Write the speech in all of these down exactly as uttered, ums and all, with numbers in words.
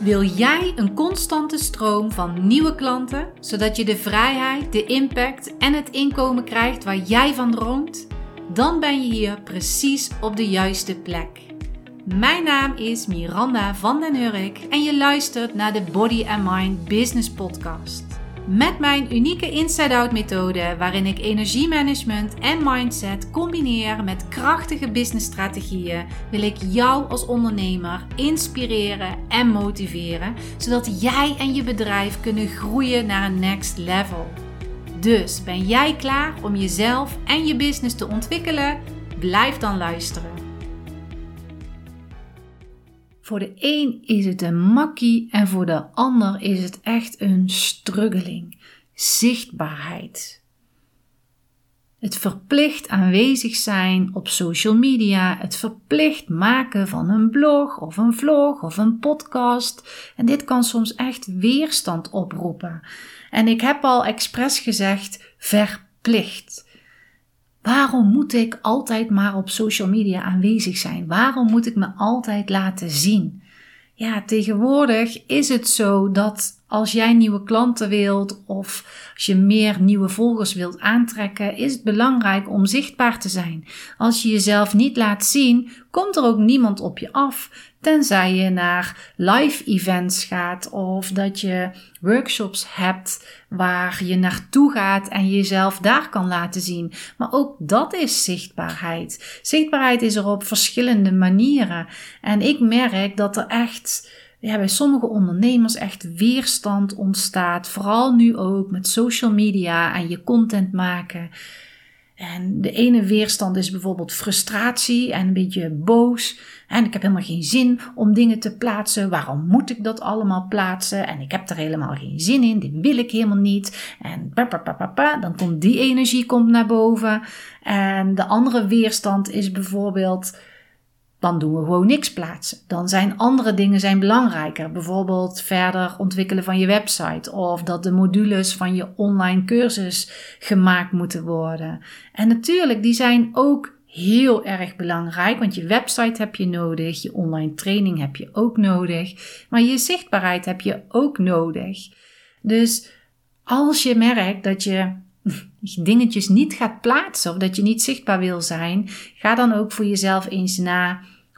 Wil jij een constante stroom van nieuwe klanten, zodat je de vrijheid, de impact en het inkomen krijgt waar jij van droomt? Dan ben je hier precies op de juiste plek. Mijn naam is Miranda van den Hurk en je luistert naar de Body and Mind Business Podcast. Met mijn unieke inside-out methode waarin ik energiemanagement en mindset combineer met krachtige businessstrategieën, wil ik jou als ondernemer inspireren en motiveren, zodat jij en je bedrijf kunnen groeien naar een next level. Dus ben jij klaar om jezelf en je business te ontwikkelen? Blijf dan luisteren. Voor de een is het een makkie en voor de ander is het echt een struggeling. Zichtbaarheid. Het verplicht aanwezig zijn op social media, het verplicht maken van een blog of een vlog of een podcast. En dit kan soms echt weerstand oproepen. En ik heb al expres gezegd, verplicht. Waarom moet ik altijd maar op social media aanwezig zijn? Waarom moet ik me altijd laten zien? Ja, tegenwoordig is het zo dat als jij nieuwe klanten wilt of als je meer nieuwe volgers wilt aantrekken, is het belangrijk om zichtbaar te zijn. Als je jezelf niet laat zien, komt er ook niemand op je af. Tenzij je naar live events gaat of dat je workshops hebt waar je naartoe gaat en jezelf daar kan laten zien. Maar ook dat is zichtbaarheid. Zichtbaarheid is er op verschillende manieren. En ik merk dat er echt ja, bij sommige ondernemers echt weerstand ontstaat. Vooral nu ook met social media en je content maken. En de ene weerstand is bijvoorbeeld frustratie en een beetje boos. En ik heb helemaal geen zin om dingen te plaatsen. Waarom moet ik dat allemaal plaatsen? En ik heb er helemaal geen zin in. Dit wil ik helemaal niet. En papapapapa, dan komt die energie komt naar boven. En de andere weerstand is bijvoorbeeld, dan doen we gewoon niks plaatsen. Dan zijn andere dingen zijn belangrijker. Bijvoorbeeld verder ontwikkelen van je website. Of dat de modules van je online cursus gemaakt moeten worden. En natuurlijk, die zijn ook heel erg belangrijk. Want je website heb je nodig. Je online training heb je ook nodig. Maar je zichtbaarheid heb je ook nodig. Dus als je merkt dat je dingetjes niet gaat plaatsen of dat je niet zichtbaar wil zijn, ga dan ook voor jezelf eens na,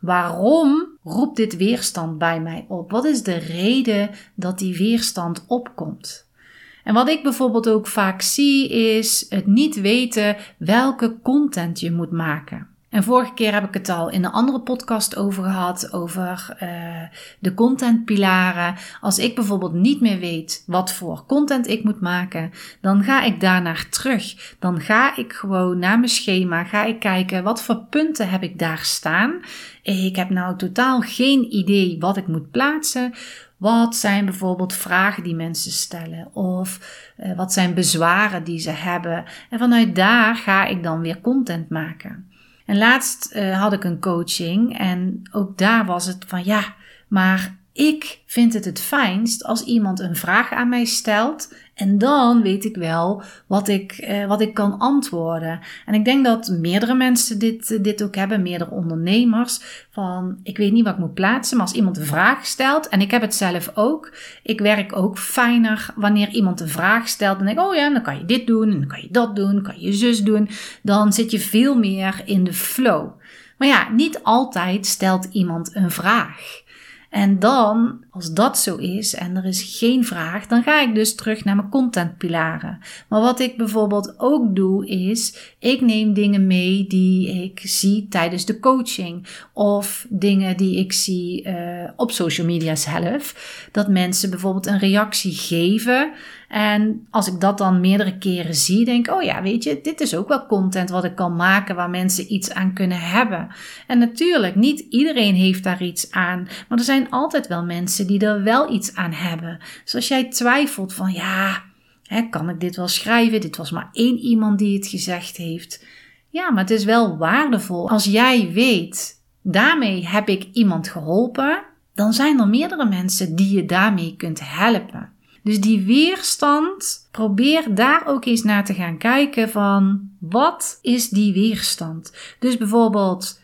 waarom roept dit weerstand bij mij op? Wat is de reden dat die weerstand opkomt? En wat ik bijvoorbeeld ook vaak zie is het niet weten welke content je moet maken. En vorige keer heb ik het al in een andere podcast over gehad, over uh, de contentpilaren. Als ik bijvoorbeeld niet meer weet wat voor content ik moet maken, dan ga ik daarnaar terug. Dan ga ik gewoon naar mijn schema, ga ik kijken wat voor punten heb ik daar staan. Ik heb nou totaal geen idee wat ik moet plaatsen. Wat zijn bijvoorbeeld vragen die mensen stellen? Of uh, wat zijn bezwaren die ze hebben? En vanuit daar ga ik dan weer content maken. En laatst uh, had ik een coaching en ook daar was het van ja, maar ik vind het het fijnst als iemand een vraag aan mij stelt en dan weet ik wel wat ik, uh, wat ik kan antwoorden. En ik denk dat meerdere mensen dit, uh, dit ook hebben, meerdere ondernemers, van ik weet niet wat ik moet plaatsen, maar als iemand een vraag stelt, en ik heb het zelf ook, ik werk ook fijner wanneer iemand een vraag stelt, dan denk ik, oh ja, dan kan je dit doen, en dan kan je dat doen, dan kan je zus doen, dan zit je veel meer in de flow. Maar ja, niet altijd stelt iemand een vraag. En dan, als dat zo is en er is geen vraag, dan ga ik dus terug naar mijn contentpilaren. Maar wat ik bijvoorbeeld ook doe is, ik neem dingen mee die ik zie tijdens de coaching. Of dingen die ik zie uh, op social media zelf. Dat mensen bijvoorbeeld een reactie geven. En als ik dat dan meerdere keren zie, denk ik, oh ja, weet je, dit is ook wel content wat ik kan maken waar mensen iets aan kunnen hebben. En natuurlijk, niet iedereen heeft daar iets aan, maar er zijn altijd wel mensen die er wel iets aan hebben. Dus als jij twijfelt van, ja, hè, kan ik dit wel schrijven? Dit was maar één iemand die het gezegd heeft. Ja, maar het is wel waardevol. Als jij weet, daarmee heb ik iemand geholpen, dan zijn er meerdere mensen die je daarmee kunt helpen. Dus die weerstand, probeer daar ook eens naar te gaan kijken van, wat is die weerstand? Dus bijvoorbeeld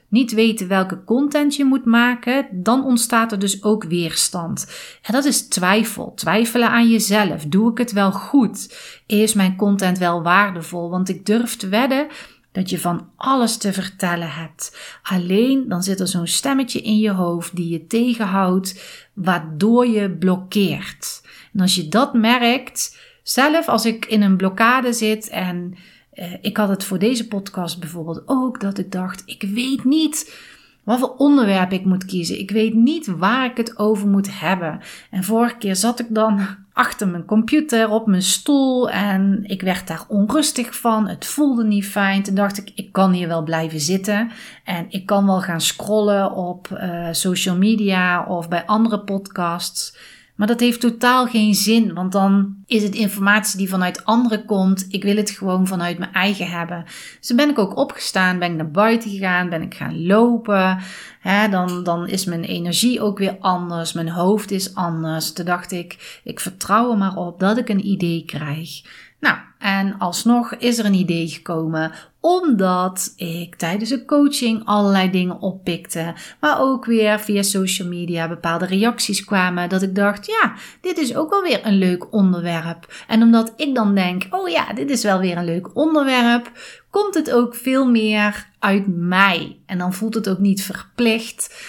niet weten welke content je moet maken, dan ontstaat er dus ook weerstand. En dat is twijfel. Twijfelen aan jezelf. Doe ik het wel goed? Is mijn content wel waardevol? Want ik durf te wedden dat je van alles te vertellen hebt. Alleen dan zit er zo'n stemmetje in je hoofd die je tegenhoudt, waardoor je blokkeert. En als je dat merkt, zelf als ik in een blokkade zit en uh, ik had het voor deze podcast bijvoorbeeld ook, dat ik dacht, ik weet niet wat voor onderwerp ik moet kiezen. Ik weet niet waar ik het over moet hebben. En vorige keer zat ik dan achter mijn computer op mijn stoel en ik werd daar onrustig van. Het voelde niet fijn. Toen dacht ik, ik kan hier wel blijven zitten en ik kan wel gaan scrollen op uh, social media of bij andere podcasts. Maar dat heeft totaal geen zin, want dan is het informatie die vanuit anderen komt. Ik wil het gewoon vanuit mijn eigen hebben. Dus dan ben ik ook opgestaan, ben ik naar buiten gegaan, ben ik gaan lopen. Hè, dan, dan is mijn energie ook weer anders, mijn hoofd is anders. Toen dacht ik, ik vertrouw er maar op dat ik een idee krijg. Nou, en alsnog is er een idee gekomen, omdat ik tijdens de coaching allerlei dingen oppikte, maar ook weer via social media bepaalde reacties kwamen, dat ik dacht, ja, dit is ook wel weer een leuk onderwerp. En omdat ik dan denk, oh ja, dit is wel weer een leuk onderwerp, komt het ook veel meer uit mij. En dan voelt het ook niet verplicht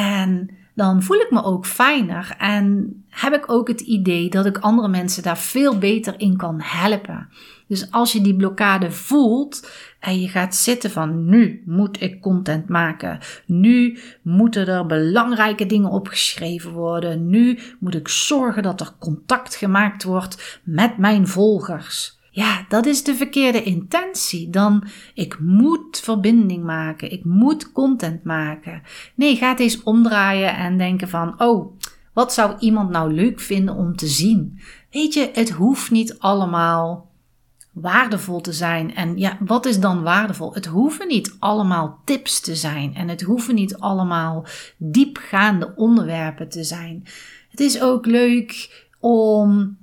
en dan voel ik me ook fijner en heb ik ook het idee dat ik andere mensen daar veel beter in kan helpen. Dus als je die blokkade voelt en je gaat zitten van nu moet ik content maken, nu moeten er belangrijke dingen opgeschreven worden, nu moet ik zorgen dat er contact gemaakt wordt met mijn volgers. Ja, dat is de verkeerde intentie. Dan, ik moet verbinding maken. Ik moet content maken. Nee, ga het eens omdraaien en denken van, oh, wat zou iemand nou leuk vinden om te zien? Weet je, het hoeft niet allemaal waardevol te zijn. En ja, wat is dan waardevol? Het hoeven niet allemaal tips te zijn. En het hoeven niet allemaal diepgaande onderwerpen te zijn. Het is ook leuk om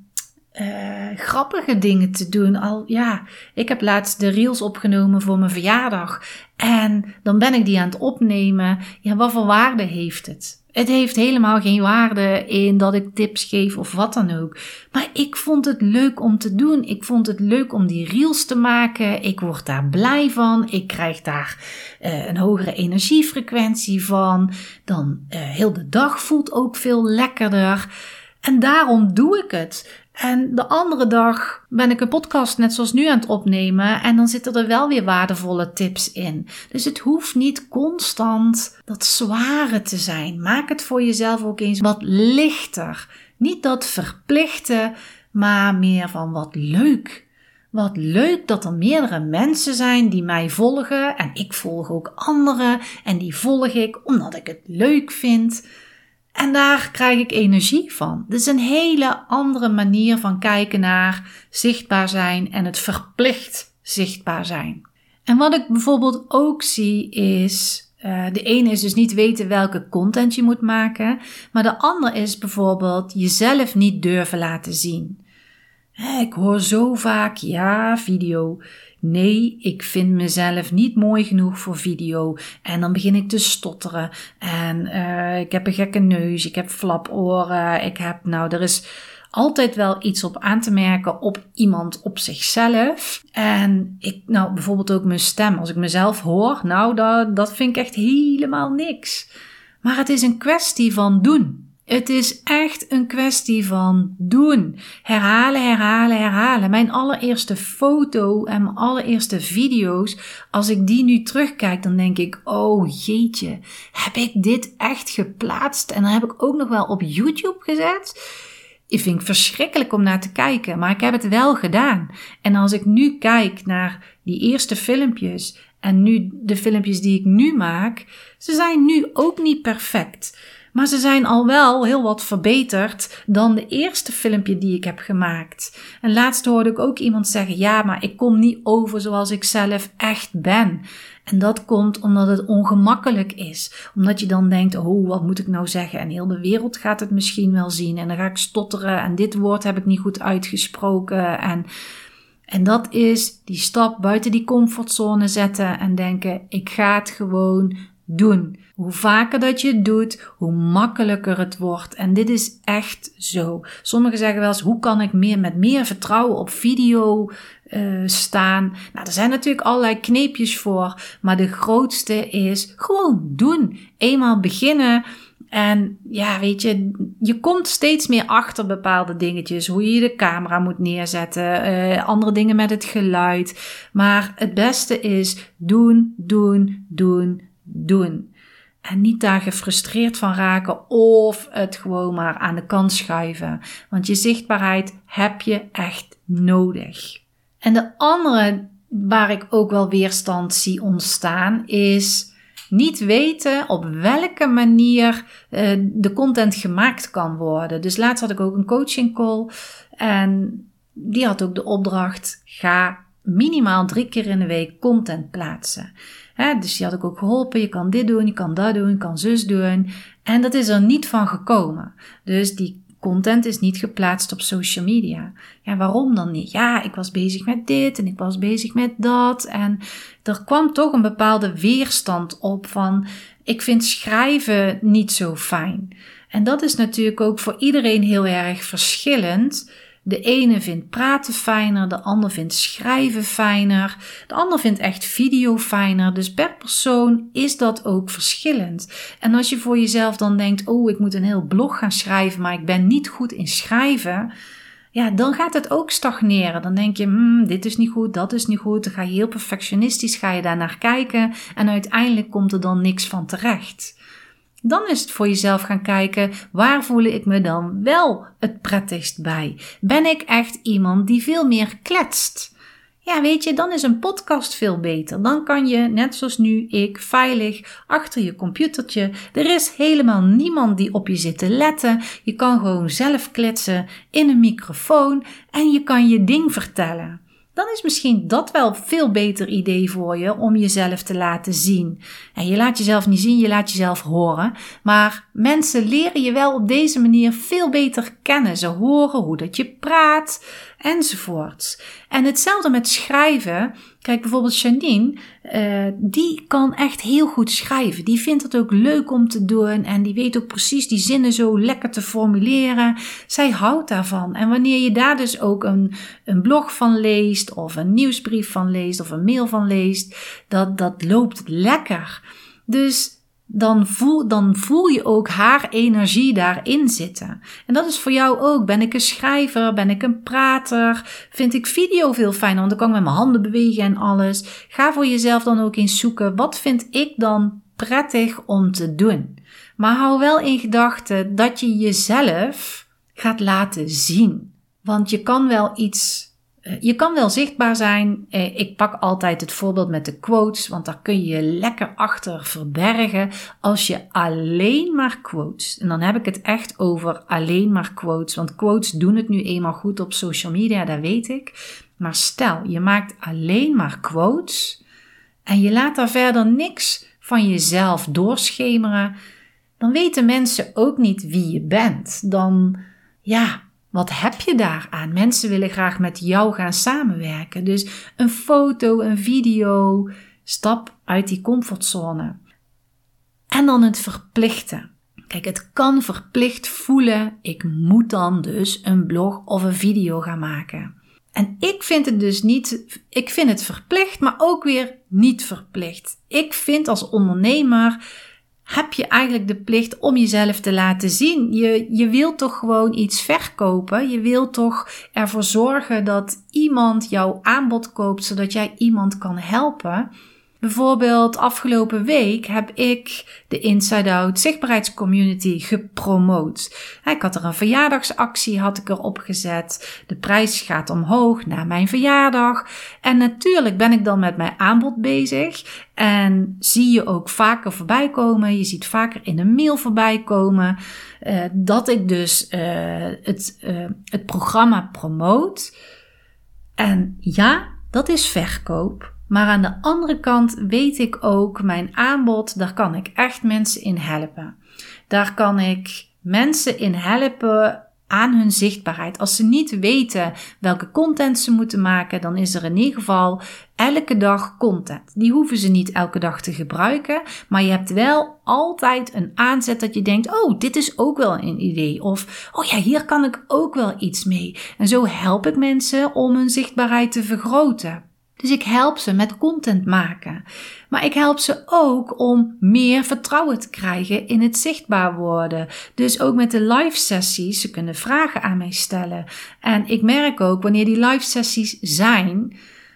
Uh, grappige dingen te doen. Al ja, ik heb laatst de reels opgenomen voor mijn verjaardag. En dan ben ik die aan het opnemen. Ja, wat voor waarde heeft het? Het heeft helemaal geen waarde in dat ik tips geef of wat dan ook. Maar ik vond het leuk om te doen. Ik vond het leuk om die reels te maken. Ik word daar blij van. Ik krijg daar uh, een hogere energiefrequentie van. Dan uh, heel de dag voelt ook veel lekkerder. En daarom doe ik het. En de andere dag ben ik een podcast net zoals nu aan het opnemen en dan zitten er wel weer waardevolle tips in. Dus het hoeft niet constant dat zware te zijn. Maak het voor jezelf ook eens wat lichter. Niet dat verplichten, maar meer van wat leuk. Wat leuk dat er meerdere mensen zijn die mij volgen en ik volg ook anderen en die volg ik omdat ik het leuk vind. En daar krijg ik energie van. Dit is een hele andere manier van kijken naar zichtbaar zijn en het verplicht zichtbaar zijn. En wat ik bijvoorbeeld ook zie is, uh, de ene is dus niet weten welke content je moet maken, maar de ander is bijvoorbeeld jezelf niet durven laten zien. Ik hoor zo vaak, ja, video. Nee, ik vind mezelf niet mooi genoeg voor video. En dan begin ik te stotteren. En uh, ik heb een gekke neus, ik heb flaporen, ik heb, nou, er is altijd wel iets op aan te merken op iemand, op zichzelf. En ik, nou, bijvoorbeeld ook mijn stem. Als ik mezelf hoor, nou, dat, dat vind ik echt helemaal niks. Maar het is een kwestie van doen. Het is echt een kwestie van doen. Herhalen, herhalen, herhalen. Mijn allereerste foto en mijn allereerste video's, als ik die nu terugkijk, dan denk ik, oh jeetje, heb ik dit echt geplaatst? En dan heb ik ook nog wel op YouTube gezet. Ik vind het verschrikkelijk om naar te kijken, maar ik heb het wel gedaan. En als ik nu kijk naar die eerste filmpjes en nu de filmpjes die ik nu maak, ze zijn nu ook niet perfect. Maar ze zijn al wel heel wat verbeterd dan de eerste filmpje die ik heb gemaakt. En laatst hoorde ik ook iemand zeggen, ja, maar ik kom niet over zoals ik zelf echt ben. En dat komt omdat het ongemakkelijk is. Omdat je dan denkt, oh, wat moet ik nou zeggen? En heel de wereld gaat het misschien wel zien. En dan ga ik stotteren en dit woord heb ik niet goed uitgesproken. En, en dat is die stap buiten die comfortzone zetten en denken, ik ga het gewoon doen. Hoe vaker dat je het doet, hoe makkelijker het wordt. En dit is echt zo. Sommigen zeggen wel eens, hoe kan ik meer met meer vertrouwen op video uh, staan? Nou, er zijn natuurlijk allerlei kneepjes voor. Maar de grootste is gewoon doen. Eenmaal beginnen. En ja, weet je, je komt steeds meer achter bepaalde dingetjes. Hoe je de camera moet neerzetten. Uh, andere dingen met het geluid. Maar het beste is doen, doen, doen, doen. En niet daar gefrustreerd van raken of het gewoon maar aan de kant schuiven. Want je zichtbaarheid heb je echt nodig. En de andere waar ik ook wel weerstand zie ontstaan is niet weten op welke manier uh, de content gemaakt kan worden. Dus laatst had ik ook een coaching call en die had ook de opdracht: ga minimaal drie keer in de week content plaatsen. He, dus die had ik ook geholpen. Je kan dit doen, je kan dat doen, je kan zus doen. En dat is er niet van gekomen. Dus die content is niet geplaatst op social media. Ja, waarom dan niet? Ja, ik was bezig met dit en ik was bezig met dat. En er kwam toch een bepaalde weerstand op van: ik vind schrijven niet zo fijn. En dat is natuurlijk ook voor iedereen heel erg verschillend. De ene vindt praten fijner, de ander vindt schrijven fijner, de ander vindt echt video fijner. Dus per persoon is dat ook verschillend. En als je voor jezelf dan denkt: oh, ik moet een heel blog gaan schrijven, maar ik ben niet goed in schrijven. Ja, dan gaat het ook stagneren. Dan denk je, hmm, dit is niet goed, dat is niet goed. Dan ga je heel perfectionistisch, ga je daar naar kijken. En uiteindelijk komt er dan niks van terecht. Dan is het voor jezelf gaan kijken, waar voel ik me dan wel het prettigst bij? Ben ik echt iemand die veel meer kletst? Ja, weet je, dan is een podcast veel beter. Dan kan je, net zoals nu ik, veilig achter je computertje. Er is helemaal niemand die op je zit te letten. Je kan gewoon zelf kletsen in een microfoon en je kan je ding vertellen. Dan is misschien dat wel een veel beter idee voor je om jezelf te laten zien. En je laat jezelf niet zien, je laat jezelf horen. Maar mensen leren je wel op deze manier veel beter kennen. Ze horen hoe dat je praat enzovoorts. En hetzelfde met schrijven. Kijk, bijvoorbeeld Janine, uh, die kan echt heel goed schrijven. Die vindt het ook leuk om te doen en die weet ook precies die zinnen zo lekker te formuleren. Zij houdt daarvan. En wanneer je daar dus ook een, een blog van leest of een nieuwsbrief van leest of een mail van leest, dat, dat loopt lekker. Dus Dan voel, dan voel je ook haar energie daarin zitten. En dat is voor jou ook. Ben ik een schrijver? Ben ik een prater? Vind ik video veel fijner? Want dan kan ik met mijn handen bewegen en alles. Ga voor jezelf dan ook eens zoeken. Wat vind ik dan prettig om te doen? Maar hou wel in gedachten dat je jezelf gaat laten zien. Want je kan wel iets... Je kan wel zichtbaar zijn. Ik pak altijd het voorbeeld met de quotes, want daar kun je je lekker achter verbergen als je alleen maar quotes. En dan heb ik het echt over alleen maar quotes, want quotes doen het nu eenmaal goed op social media, dat weet ik. Maar stel, je maakt alleen maar quotes en je laat daar verder niks van jezelf doorschemeren, dan weten mensen ook niet wie je bent. Dan, ja... Wat heb je daaraan? Mensen willen graag met jou gaan samenwerken. Dus een foto, een video, stap uit die comfortzone. En dan het verplichten. Kijk, het kan verplicht voelen. Ik moet dan dus een blog of een video gaan maken. En ik vind het dus niet, ik vind het verplicht, maar ook weer niet verplicht. Ik vind als ondernemer... heb je eigenlijk de plicht om jezelf te laten zien. Je, je wilt toch gewoon iets verkopen. Je wilt toch ervoor zorgen dat iemand jouw aanbod koopt, zodat jij iemand kan helpen. Bijvoorbeeld afgelopen week heb ik de Inside Out zichtbaarheidscommunity gepromoot. Ik had er een verjaardagsactie had ik erop gezet. De prijs gaat omhoog na mijn verjaardag. En natuurlijk ben ik dan met mijn aanbod bezig. En zie je ook vaker voorbij komen. Je ziet vaker in een mail voorbij komen. Uh, dat ik dus uh, het, uh, het programma promoot. En ja, dat is verkoop. Maar aan de andere kant weet ik ook, mijn aanbod, daar kan ik echt mensen in helpen. Daar kan ik mensen in helpen aan hun zichtbaarheid. Als ze niet weten welke content ze moeten maken, dan is er in ieder geval elke dag content. Die hoeven ze niet elke dag te gebruiken, maar je hebt wel altijd een aanzet dat je denkt, oh, dit is ook wel een idee. Of, oh ja, hier kan ik ook wel iets mee. En zo help ik mensen om hun zichtbaarheid te vergroten. Dus ik help ze met content maken. Maar ik help ze ook om meer vertrouwen te krijgen in het zichtbaar worden. Dus ook met de live sessies, ze kunnen vragen aan mij stellen. En ik merk ook, wanneer die live sessies zijn,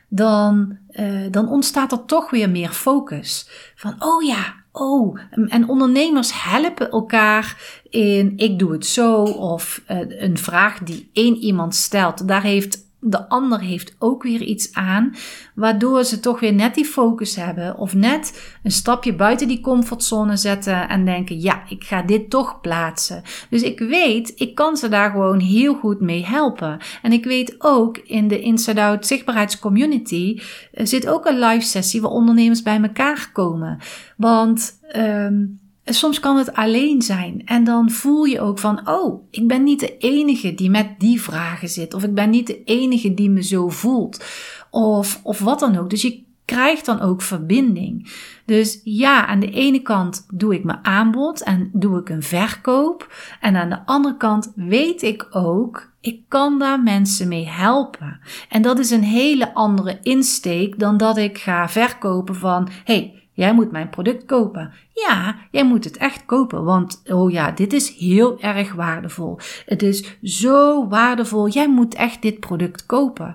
dan, uh, dan ontstaat er toch weer meer focus. Van, oh ja, oh. En ondernemers helpen elkaar in, ik doe het zo. Of uh, een vraag die één iemand stelt, daar heeft de ander heeft ook weer iets aan, waardoor ze toch weer net die focus hebben of net een stapje buiten die comfortzone zetten en denken, ja, ik ga dit toch plaatsen. Dus ik weet, ik kan ze daar gewoon heel goed mee helpen. En ik weet ook, in de Inside Out zichtbaarheidscommunity zit ook een live sessie waar ondernemers bij elkaar komen. Want um, soms kan het alleen zijn en dan voel je ook van, oh, ik ben niet de enige die met die vragen zit. Of ik ben niet de enige die me zo voelt. Of, of wat dan ook. Dus je krijgt dan ook verbinding. Dus ja, aan de ene kant doe ik mijn aanbod en doe ik een verkoop. En aan de andere kant weet ik ook, ik kan daar mensen mee helpen. En dat is een hele andere insteek dan dat ik ga verkopen van, hey, jij moet mijn product kopen. Ja, jij moet het echt kopen, want oh ja, dit is heel erg waardevol. Het is zo waardevol, jij moet echt dit product kopen.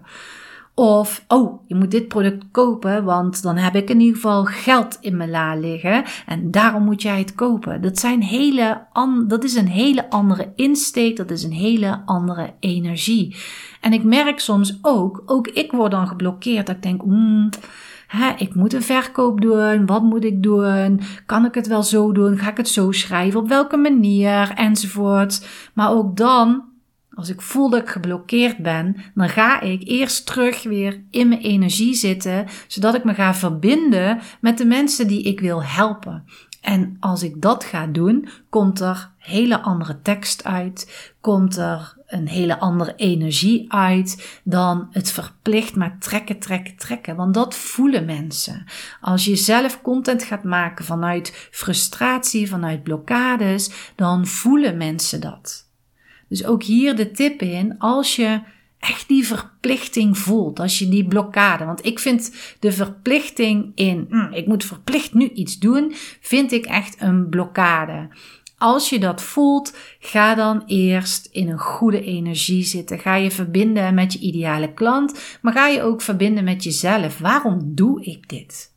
Of, oh, je moet dit product kopen, want dan heb ik in ieder geval geld in mijn la liggen en daarom moet jij het kopen. Dat zijn hele, dat is een hele andere insteek, dat is een hele andere energie. En ik merk soms ook, ook ik word dan geblokkeerd, dat ik denk, mm, Hè, ik moet een verkoop doen, wat moet ik doen, kan ik het wel zo doen, ga ik het zo schrijven, op welke manier, enzovoort. Maar ook dan, als ik voel dat ik geblokkeerd ben, dan ga ik eerst terug weer in mijn energie zitten, zodat ik me ga verbinden met de mensen die ik wil helpen. En als ik dat ga doen, komt er hele andere tekst uit, komt er een hele andere energie uit dan het verplicht maar trekken, trekken, trekken. Want dat voelen mensen. Als je zelf content gaat maken vanuit frustratie, vanuit blokkades, dan voelen mensen dat. Dus ook hier de tip in, als je echt die verplichting voelt, als je die blokkade, want ik vind de verplichting in, mm, ik moet verplicht nu iets doen, vind ik echt een blokkade. Als je dat voelt, ga dan eerst in een goede energie zitten. Ga je verbinden met je ideale klant, maar ga je ook verbinden met jezelf. Waarom doe ik dit?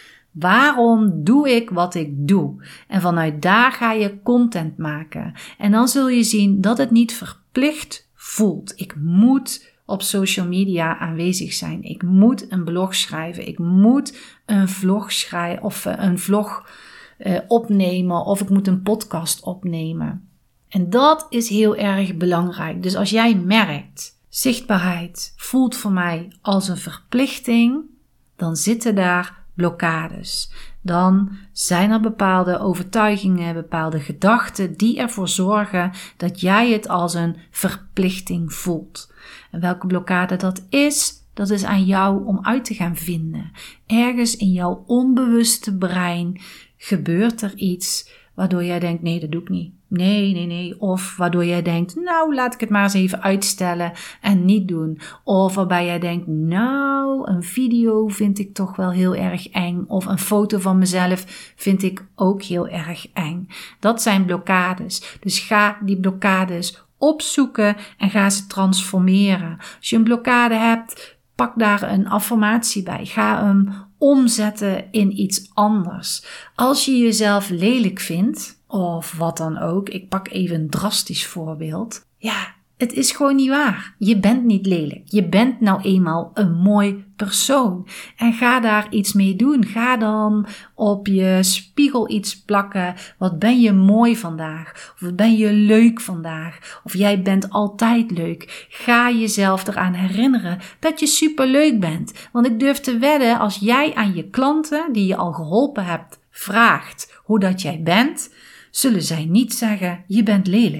Waarom doe ik wat ik doe? En vanuit daar ga je content maken. En dan zul je zien dat het niet verplicht voelt. Ik moet op social media aanwezig zijn. Ik moet een blog schrijven. Ik moet een vlog schrijven of een vlog uh, opnemen of ik moet een podcast opnemen. En dat is heel erg belangrijk. Dus als jij merkt, zichtbaarheid voelt voor mij als een verplichting, dan zitten daar blokkades. Dan zijn er bepaalde overtuigingen, bepaalde gedachten die ervoor zorgen dat jij het als een verplichting voelt. En welke blokkade dat is, dat is aan jou om uit te gaan vinden. Ergens in jouw onbewuste brein gebeurt er iets waardoor jij denkt, nee, dat doe ik niet. Nee, nee, nee. Of waardoor jij denkt, nou, laat ik het maar eens even uitstellen en niet doen. Of waarbij jij denkt, nou, een video vind ik toch wel heel erg eng. Of een foto van mezelf vind ik ook heel erg eng. Dat zijn blokkades. Dus ga die blokkades opzoeken en ga ze transformeren. Als je een blokkade hebt, pak daar een affirmatie bij. Ga hem omzetten in iets anders. Als je jezelf lelijk vindt, of wat dan ook, ik pak even een drastisch voorbeeld. Ja, het is gewoon niet waar. Je bent niet lelijk. Je bent nou eenmaal een mooi persoon. En ga daar iets mee doen. Ga dan op je spiegel iets plakken. Wat ben je mooi vandaag? Of wat ben je leuk vandaag? Of jij bent altijd leuk. Ga jezelf eraan herinneren dat je superleuk bent. Want ik durf te wedden, als jij aan je klanten die je al geholpen hebt vraagt hoe dat jij bent, zullen zij niet zeggen, je bent lelijk.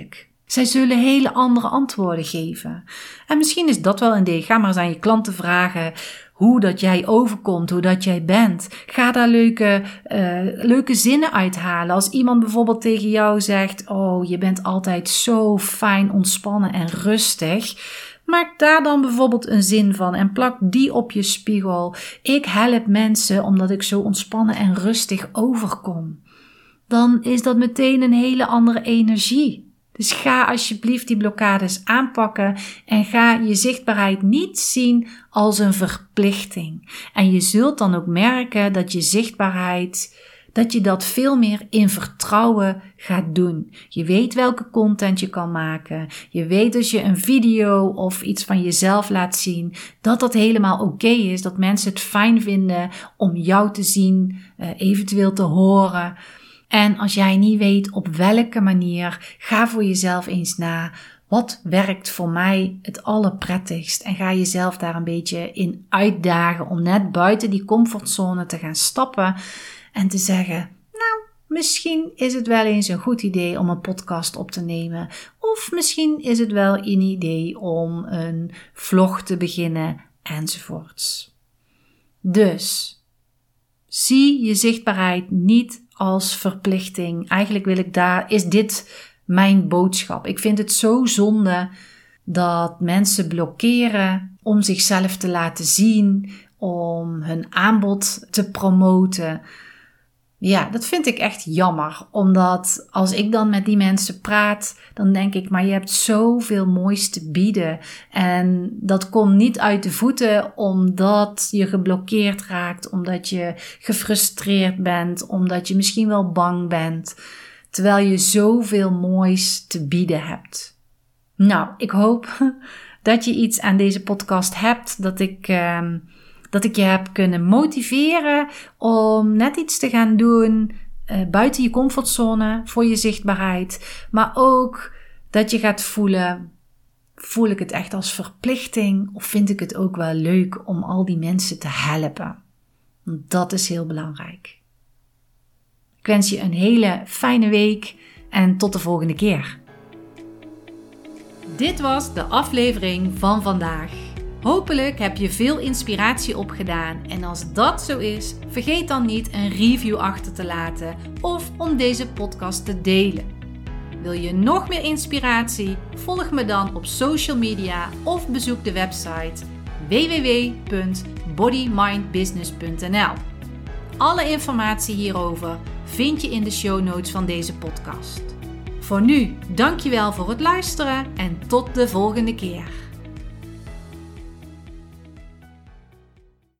Zij zullen hele andere antwoorden geven. En misschien is dat wel een idee. Ga maar eens aan je klanten vragen hoe dat jij overkomt, hoe dat jij bent. Ga daar leuke, uh, leuke zinnen uithalen. Als iemand bijvoorbeeld tegen jou zegt, oh, je bent altijd zo fijn, ontspannen en rustig. Maak daar dan bijvoorbeeld een zin van en plak die op je spiegel. Ik help mensen omdat ik zo ontspannen en rustig overkom. Dan is dat meteen een hele andere energie. Dus ga alsjeblieft die blokkades aanpakken en ga je zichtbaarheid niet zien als een verplichting. En je zult dan ook merken dat je zichtbaarheid, dat je dat veel meer in vertrouwen gaat doen. Je weet welke content je kan maken. Je weet als je een video of iets van jezelf laat zien, dat dat helemaal oké is. Dat mensen het fijn vinden om jou te zien, eventueel te horen. En als jij niet weet op welke manier, ga voor jezelf eens na. Wat werkt voor mij het allerprettigst? En ga jezelf daar een beetje in uitdagen om net buiten die comfortzone te gaan stappen. En te zeggen, nou, misschien is het wel eens een goed idee om een podcast op te nemen. Of misschien is het wel een idee om een vlog te beginnen, enzovoorts. Dus, zie je zichtbaarheid niet als verplichting. Eigenlijk wil ik daar, is dit mijn boodschap. Ik vind het zo zonde dat mensen blokkeren om zichzelf te laten zien, om hun aanbod te promoten. Ja, dat vind ik echt jammer, omdat als ik dan met die mensen praat, dan denk ik, maar je hebt zoveel moois te bieden. En dat komt niet uit de voeten omdat je geblokkeerd raakt, omdat je gefrustreerd bent, omdat je misschien wel bang bent, terwijl je zoveel moois te bieden hebt. Nou, ik hoop dat je iets aan deze podcast hebt, dat ik... Uh, Dat ik je heb kunnen motiveren om net iets te gaan doen uh, buiten je comfortzone voor je zichtbaarheid. Maar ook dat je gaat voelen, voel ik het echt als verplichting of vind ik het ook wel leuk om al die mensen te helpen? Want dat is heel belangrijk. Ik wens je een hele fijne week en tot de volgende keer. Dit was de aflevering van vandaag. Hopelijk heb je veel inspiratie opgedaan en als dat zo is, vergeet dan niet een review achter te laten of om deze podcast te delen. Wil je nog meer inspiratie? Volg me dan op social media of bezoek de website w w w punt body mind business punt n l. Alle informatie hierover vind je in de show notes van deze podcast. Voor nu, dankjewel voor het luisteren en tot de volgende keer.